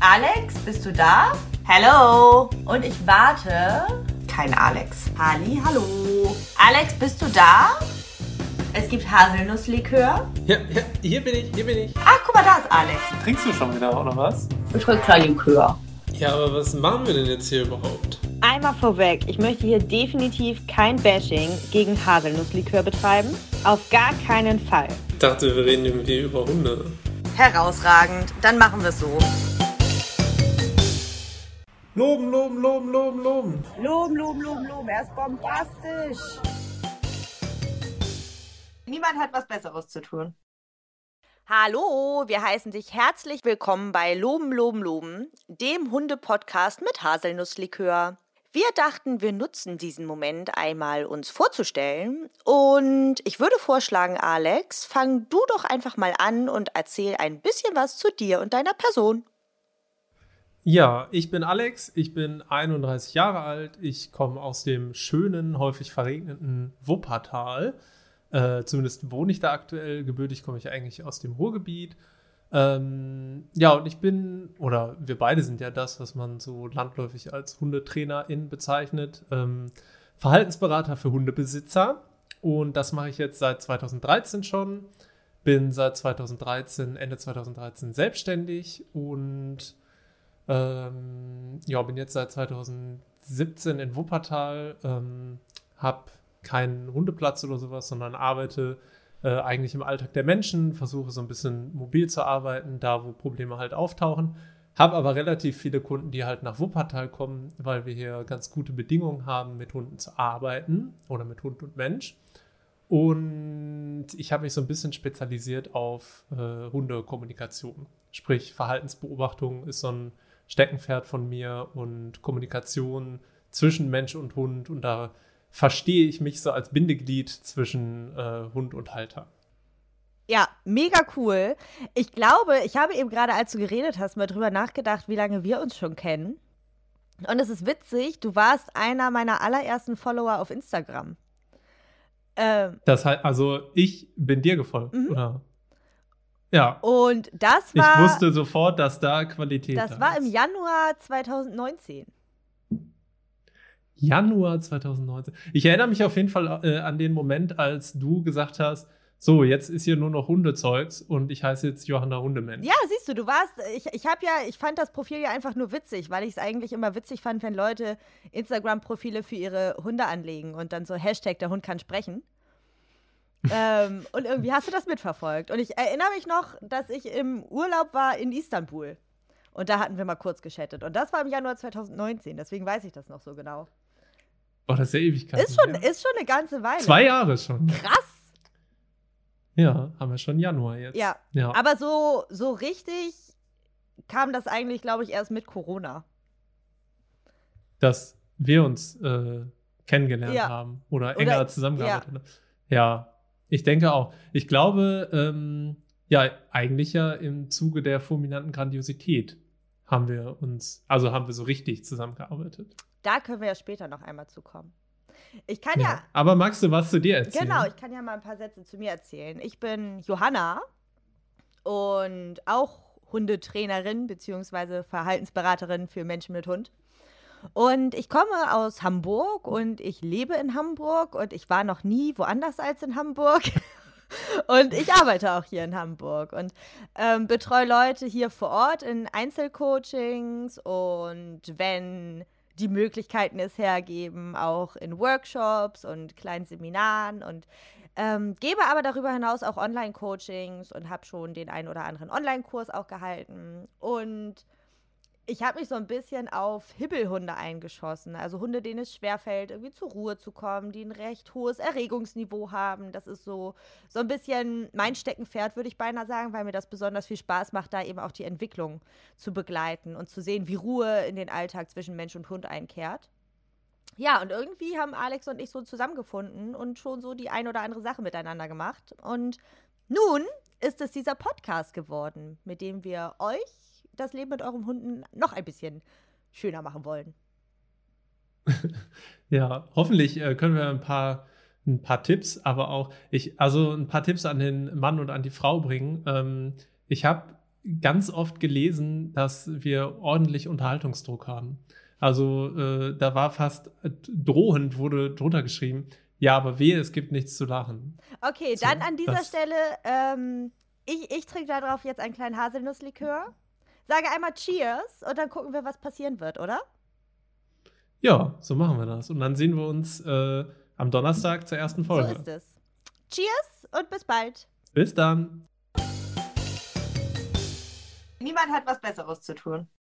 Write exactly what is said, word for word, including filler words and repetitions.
Alex, bist du da? Hello. Und ich warte. Kein Alex. Halli, hallo. Alex, bist du da? Es gibt Haselnusslikör. Ja, ja, hier bin ich, hier bin ich. Ach, guck mal, da ist Alex. Trinkst du schon wieder, oder was? Ich trinke kein Likör. Ja, aber was machen wir denn jetzt hier überhaupt? Einmal vorweg, ich möchte hier definitiv kein Bashing gegen Haselnusslikör betreiben. Auf gar keinen Fall. Ich dachte, wir reden irgendwie über Hunde. Herausragend. Dann machen wir es so. Loben, loben, loben, loben, loben. Loben, loben, loben, loben. Er ist bombastisch. Niemand hat was Besseres zu tun. Hallo, wir heißen dich herzlich willkommen bei Loben, Loben, Loben, dem Hunde-Podcast mit Haselnusslikör. Wir dachten, wir nutzen diesen Moment einmal, uns vorzustellen. Und ich würde vorschlagen, Alex, fang du doch einfach mal an und erzähl ein bisschen was zu dir und deiner Person. Ja, ich bin Alex, ich bin einunddreißig Jahre alt, ich komme aus dem schönen, häufig verregneten Wuppertal. Äh, zumindest wohne ich da aktuell, gebürtig komme ich eigentlich aus dem Ruhrgebiet. Ähm, ja, und ich bin, oder wir beide sind ja das, was man so landläufig als Hundetrainerin bezeichnet, ähm, Verhaltensberater für Hundebesitzer. Und das mache ich jetzt seit zweitausenddreizehn schon. Bin seit zweitausenddreizehn, Ende zweitausenddreizehn selbstständig und ähm, ja, bin jetzt seit zweitausendsiebzehn in Wuppertal, ähm, habe keinen Hundeplatz oder sowas, sondern arbeite äh, eigentlich im Alltag der Menschen, versuche so ein bisschen mobil zu arbeiten, da wo Probleme halt auftauchen. Habe aber relativ viele Kunden, die halt nach Wuppertal kommen, weil wir hier ganz gute Bedingungen haben, mit Hunden zu arbeiten oder mit Hund und Mensch. Und ich habe mich so ein bisschen spezialisiert auf äh, Hundekommunikation. Sprich, Verhaltensbeobachtung ist so ein Steckenpferd von mir und Kommunikation zwischen Mensch und Hund. Und da verstehe ich mich so als Bindeglied zwischen äh, Hund und Halter. Ja, mega cool. Ich glaube, ich habe eben gerade, als du geredet hast, mal drüber nachgedacht, wie lange wir uns schon kennen. Und es ist witzig, du warst einer meiner allerersten Follower auf Instagram. Ähm, das heißt, also ich bin dir gefolgt, mhm. oder? Ja. Und das war. Ich wusste sofort, dass da Qualität da ist. Das war im Januar zweitausendneunzehn. Januar zweitausendneunzehn. Ich erinnere mich auf jeden Fall äh, an den Moment, als du gesagt hast, so, jetzt ist hier nur noch Hundezeugs und ich heiße jetzt Johanna Hundemensch. Ja, siehst du, du warst, ich, ich habe ja, ich fand das Profil ja einfach nur witzig, weil ich es eigentlich immer witzig fand, wenn Leute Instagram-Profile für ihre Hunde anlegen und dann so Hashtag, der Hund kann sprechen. ähm, und irgendwie hast du das mitverfolgt. Und ich erinnere mich noch, dass ich im Urlaub war in Istanbul. Und da hatten wir mal kurz gechattet. Und das war im Januar zweitausendneunzehn, deswegen weiß ich das noch so genau. Oh, das ist ja Ewigkeit. Ist schon, ist schon eine ganze Weile. Zwei Jahre schon. Krass. Ja, haben wir schon Januar jetzt. Ja, ja. Aber so, so richtig kam das eigentlich, glaube ich, erst mit Corona. Dass wir uns äh, kennengelernt ja. haben oder enger oder, zusammengearbeitet haben. Ja. ja, ich denke auch. Ich glaube, ähm, ja, eigentlich ja im Zuge der fulminanten Grandiosität haben wir uns, also haben wir so richtig zusammengearbeitet. Da können wir ja später noch einmal zukommen. Ich kann ja, ja. Aber magst du was zu dir erzählen? Genau, ich kann ja mal ein paar Sätze zu mir erzählen. Ich bin Johanna und auch Hundetrainerin bzw. Verhaltensberaterin für Menschen mit Hund. Und ich komme aus Hamburg und ich lebe in Hamburg und ich war noch nie woanders als in Hamburg. Und ich arbeite auch hier in Hamburg und ähm, betreue Leute hier vor Ort in Einzelcoachings und wenn die Möglichkeiten es hergeben, auch in Workshops und kleinen Seminaren und ähm, gebe aber darüber hinaus auch Online-Coachings und habe schon den einen oder anderen Online-Kurs auch gehalten. Und ich habe mich so ein bisschen auf Hibbelhunde eingeschossen, also Hunde, denen es schwerfällt, irgendwie zur Ruhe zu kommen, die ein recht hohes Erregungsniveau haben. Das ist so, so ein bisschen mein Steckenpferd, würde ich beinahe sagen, weil mir das besonders viel Spaß macht, da eben auch die Entwicklung zu begleiten und zu sehen, wie Ruhe in den Alltag zwischen Mensch und Hund einkehrt. Ja, und irgendwie haben Alex und ich so zusammengefunden und schon so die ein oder andere Sache miteinander gemacht. Und nun ist es dieser Podcast geworden, mit dem wir euch das Leben mit euren Hunden noch ein bisschen schöner machen wollen. Ja, hoffentlich äh, können wir ein paar, ein paar Tipps, aber auch, ich, also ein paar Tipps an den Mann und an die Frau bringen. Ähm, ich habe ganz oft gelesen, dass wir ordentlich Unterhaltungsdruck haben. Also äh, da war fast äh, drohend, wurde drunter geschrieben, ja, aber wehe, es gibt nichts zu lachen. Okay, So, dann an dieser das- Stelle, ähm, ich, ich trinke darauf jetzt einen kleinen Haselnusslikör. Sage einmal Cheers und dann gucken wir, was passieren wird, oder? Ja, so machen wir das. Und dann sehen wir uns äh, am Donnerstag zur ersten Folge. So ist es. Cheers und bis bald. Bis dann. Niemand hat was Besseres zu tun.